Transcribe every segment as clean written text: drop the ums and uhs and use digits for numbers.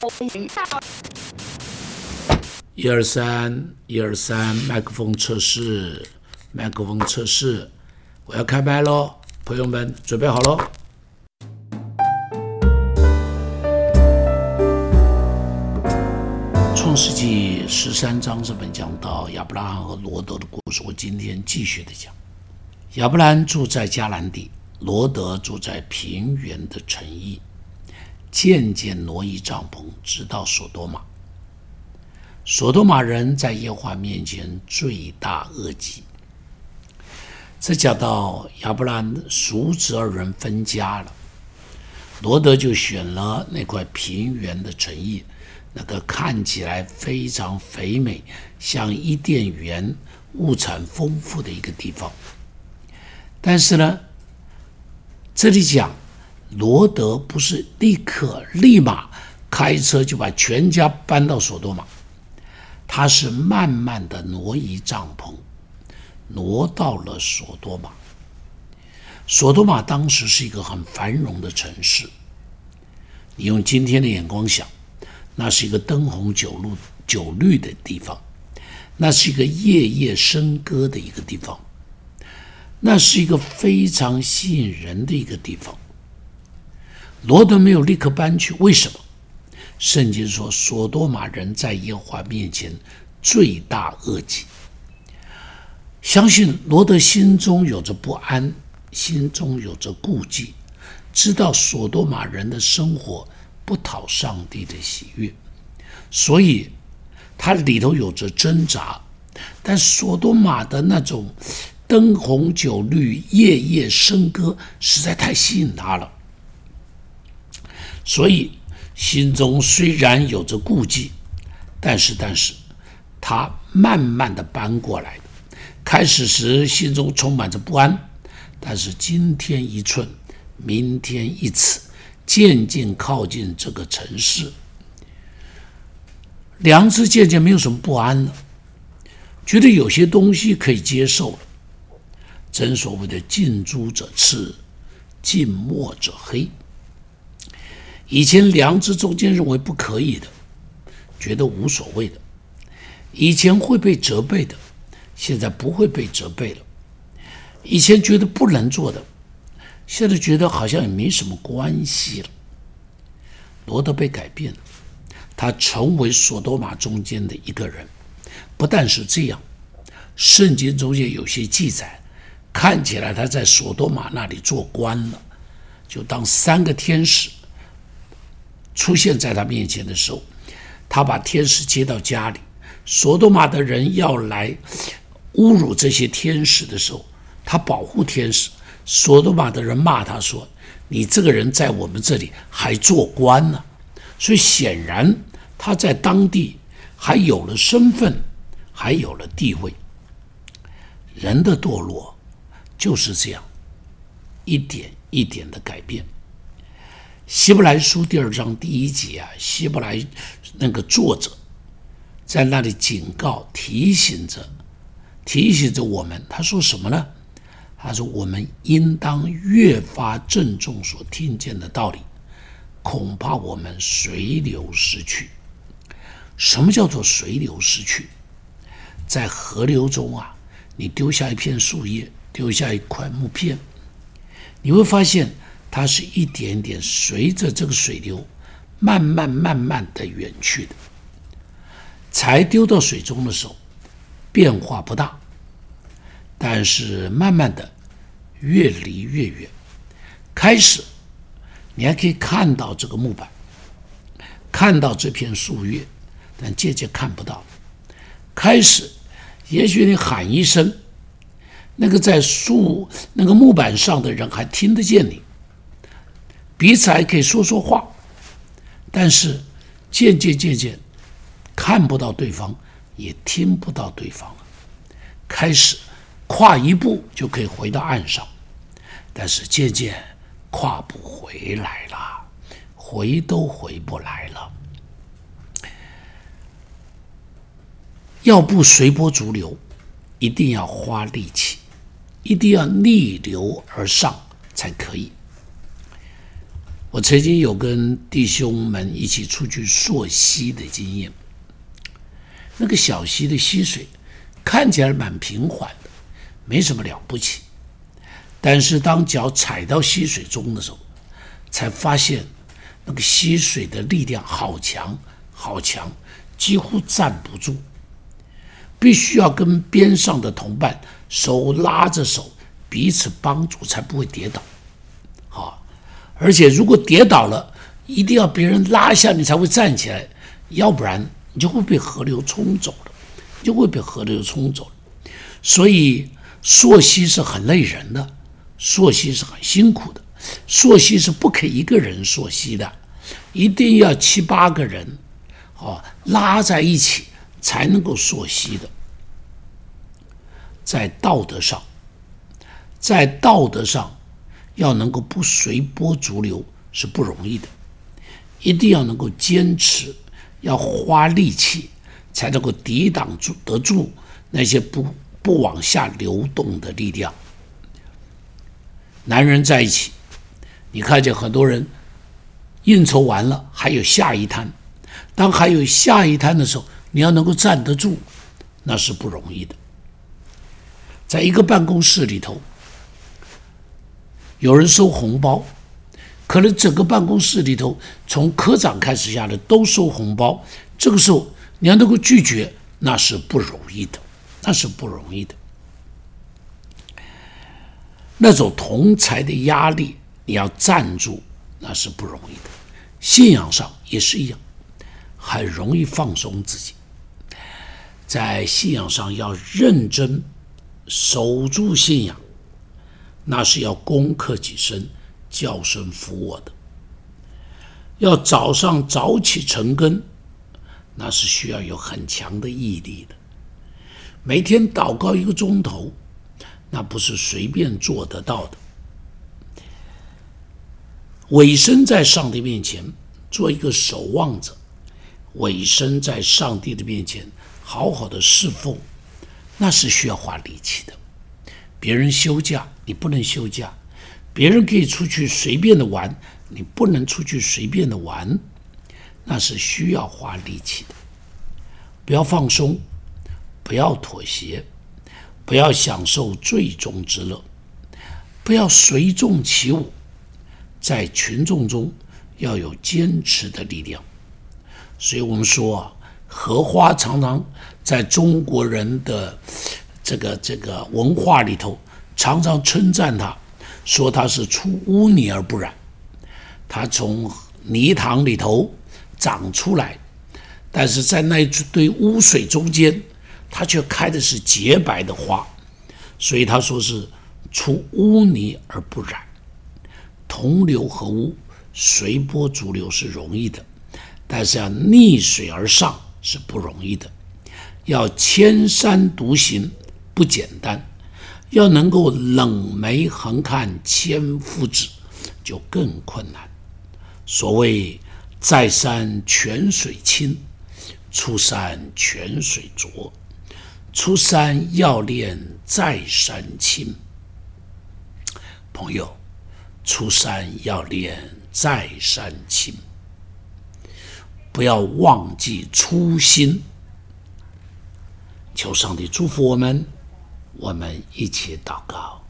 一二三，麦克风测试，我要开麦咯，朋友们准备好咯。创世纪13章这本讲到亚伯拉罕和罗德的故事，我今天继续的讲。亚伯兰住在迦南地，罗德住在平原的城邑，渐渐挪移帐篷，直到所多玛。所多玛人在耶和华面前罪大恶极。这讲到亚伯兰叔侄二人分家了，罗德就选了那块平原的城邑，那个看起来非常肥美，像伊甸园，物产丰富的一个地方。但是呢，这里讲罗德不是立马开车就把全家搬到所多玛，他是慢慢的挪移帐篷，挪到了所多玛。所多玛当时是一个很繁荣的城市，你用今天的眼光想，那是一个灯红酒绿的地方，那是一个夜夜笙歌的一个地方，那是一个非常吸引人的一个地方。罗德没有立刻搬去，为什么？圣经说所多玛人在耶和华面前罪大恶极。相信罗德心中有着不安，心中有着顾忌，知道所多玛人的生活不讨上帝的喜悦，所以他里头有着挣扎。但所多玛的那种灯红酒绿、夜夜笙歌实在太吸引他了，所以心中虽然有着顾忌，但是他慢慢的搬过来。开始时心中充满着不安，但是今天一寸，明天一尺，渐渐靠近这个城市，良知渐渐没有什么不安了，觉得有些东西可以接受了。真所谓的近朱者赤，近墨者黑。以前良知中间认为不可以的，觉得无所谓的，以前会被责备的，现在不会被责备了。以前觉得不能做的，现在觉得好像也没什么关系了。罗德被改变了，他成为所多玛中间的一个人。不但是这样，圣经中间有些记载，看起来他在所多玛那里做官了。就当3个天使出现在他面前的时候，他把天使接到家里。所多玛的人要来侮辱这些天使的时候，他保护天使。所多玛的人骂他说，你这个人在我们这里还做官呢。所以显然他在当地还有了身份，还有了地位。人的堕落就是这样一点一点的改变。希伯来书2章1节希伯来那个作者在那里警告提醒着我们，他说什么呢？他说我们应当越发郑重所听见的道理，恐怕我们随流失去。什么叫做随流失去？在河流中你丢下一片树叶，丢下一块木片，你会发现它是一点点随着这个水流慢慢的远去的。才丢到水中的时候变化不大，但是慢慢的越离越远。开始你还可以看到这个木板，看到这片树叶，但渐渐看不到。开始也许你喊一声，那个在那个木板上的人还听得见你，彼此还可以说说话，但是渐渐看不到对方，也听不到对方了。开始跨一步就可以回到岸上，但是渐渐跨不回来了，回都回不来了。要不随波逐流，一定要花力气，一定要逆流而上才可以。 我曾经有跟弟兄们一起出去溯溪的经验，那个小溪的溪水看起来蛮平缓的，没什么了不起，但是当脚踩到溪水中的时候，才发现那个溪水的力量好强好强，几乎站不住，必须要跟边上的同伴手拉着手，彼此帮助，才不会跌倒。好，而且如果跌倒了，一定要别人拉一下你才会站起来，要不然你就会被河流冲走了，所以溯溪是很累人的，溯溪是很辛苦的，溯溪是不可以一个人溯溪的，一定要7、8个人拉在一起才能够溯溪的。在道德上要能够不随波逐流是不容易的，一定要能够坚持，要花力气才能够抵挡得住那些不往下流动的力量。男人在一起，你看见很多人应酬完了还有下一摊，当还有下一摊的时候，你要能够站得住，那是不容易的。在一个办公室里头，有人收红包，可能整个办公室里头从科长开始下来都收红包，这个时候你要能够拒绝，那是不容易的。那种同侪的压力你要站住，那是不容易的。信仰上也是一样，很容易放松自己。在信仰上要认真守住信仰，那是要攻克己身，叫声服我的。要早上早起晨更，那是需要有很强的毅力的。每天祷告1个钟头，那不是随便做得到的。委身在上帝面前，做一个守望者，委身在上帝的面前，好好的侍奉，那是需要花力气的。别人休假，你不能休假；别人可以出去随便的玩，你不能出去随便的玩，那是需要花力气的。不要放松，不要妥协，不要享受最终之乐，不要随众起舞，在群众中要有坚持的力量。所以我们说荷花常常在中国人的这个文化里头常常称赞它，说它是出污泥而不染，它从泥塘里头长出来，但是在那一堆污水中间，它却开的是洁白的花，所以他说是出污泥而不染。同流合污，随波逐流是容易的，但是要逆水而上是不容易的。要千山独行不简单，要能够冷眉横看千夫指就更困难。所谓在山泉水清，出山泉水浊，出山要练在山清。朋友，出山要练在山清，不要忘记初心。求上帝祝福我们，我们一起祷告。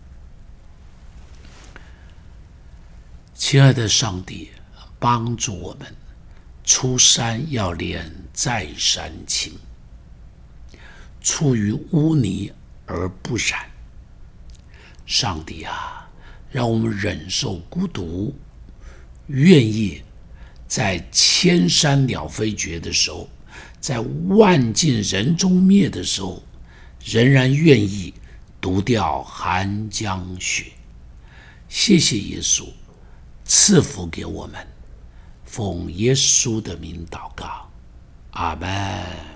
亲爱的上帝，帮助我们出山要练在山清，出于污泥而不染。上帝啊，让我们忍受孤独，愿意在千山鸟飞绝的时候，在万尽人中灭的时候，仍然愿意独钓寒江雪。谢谢耶稣赐福给我们，奉耶稣的名祷告，阿们。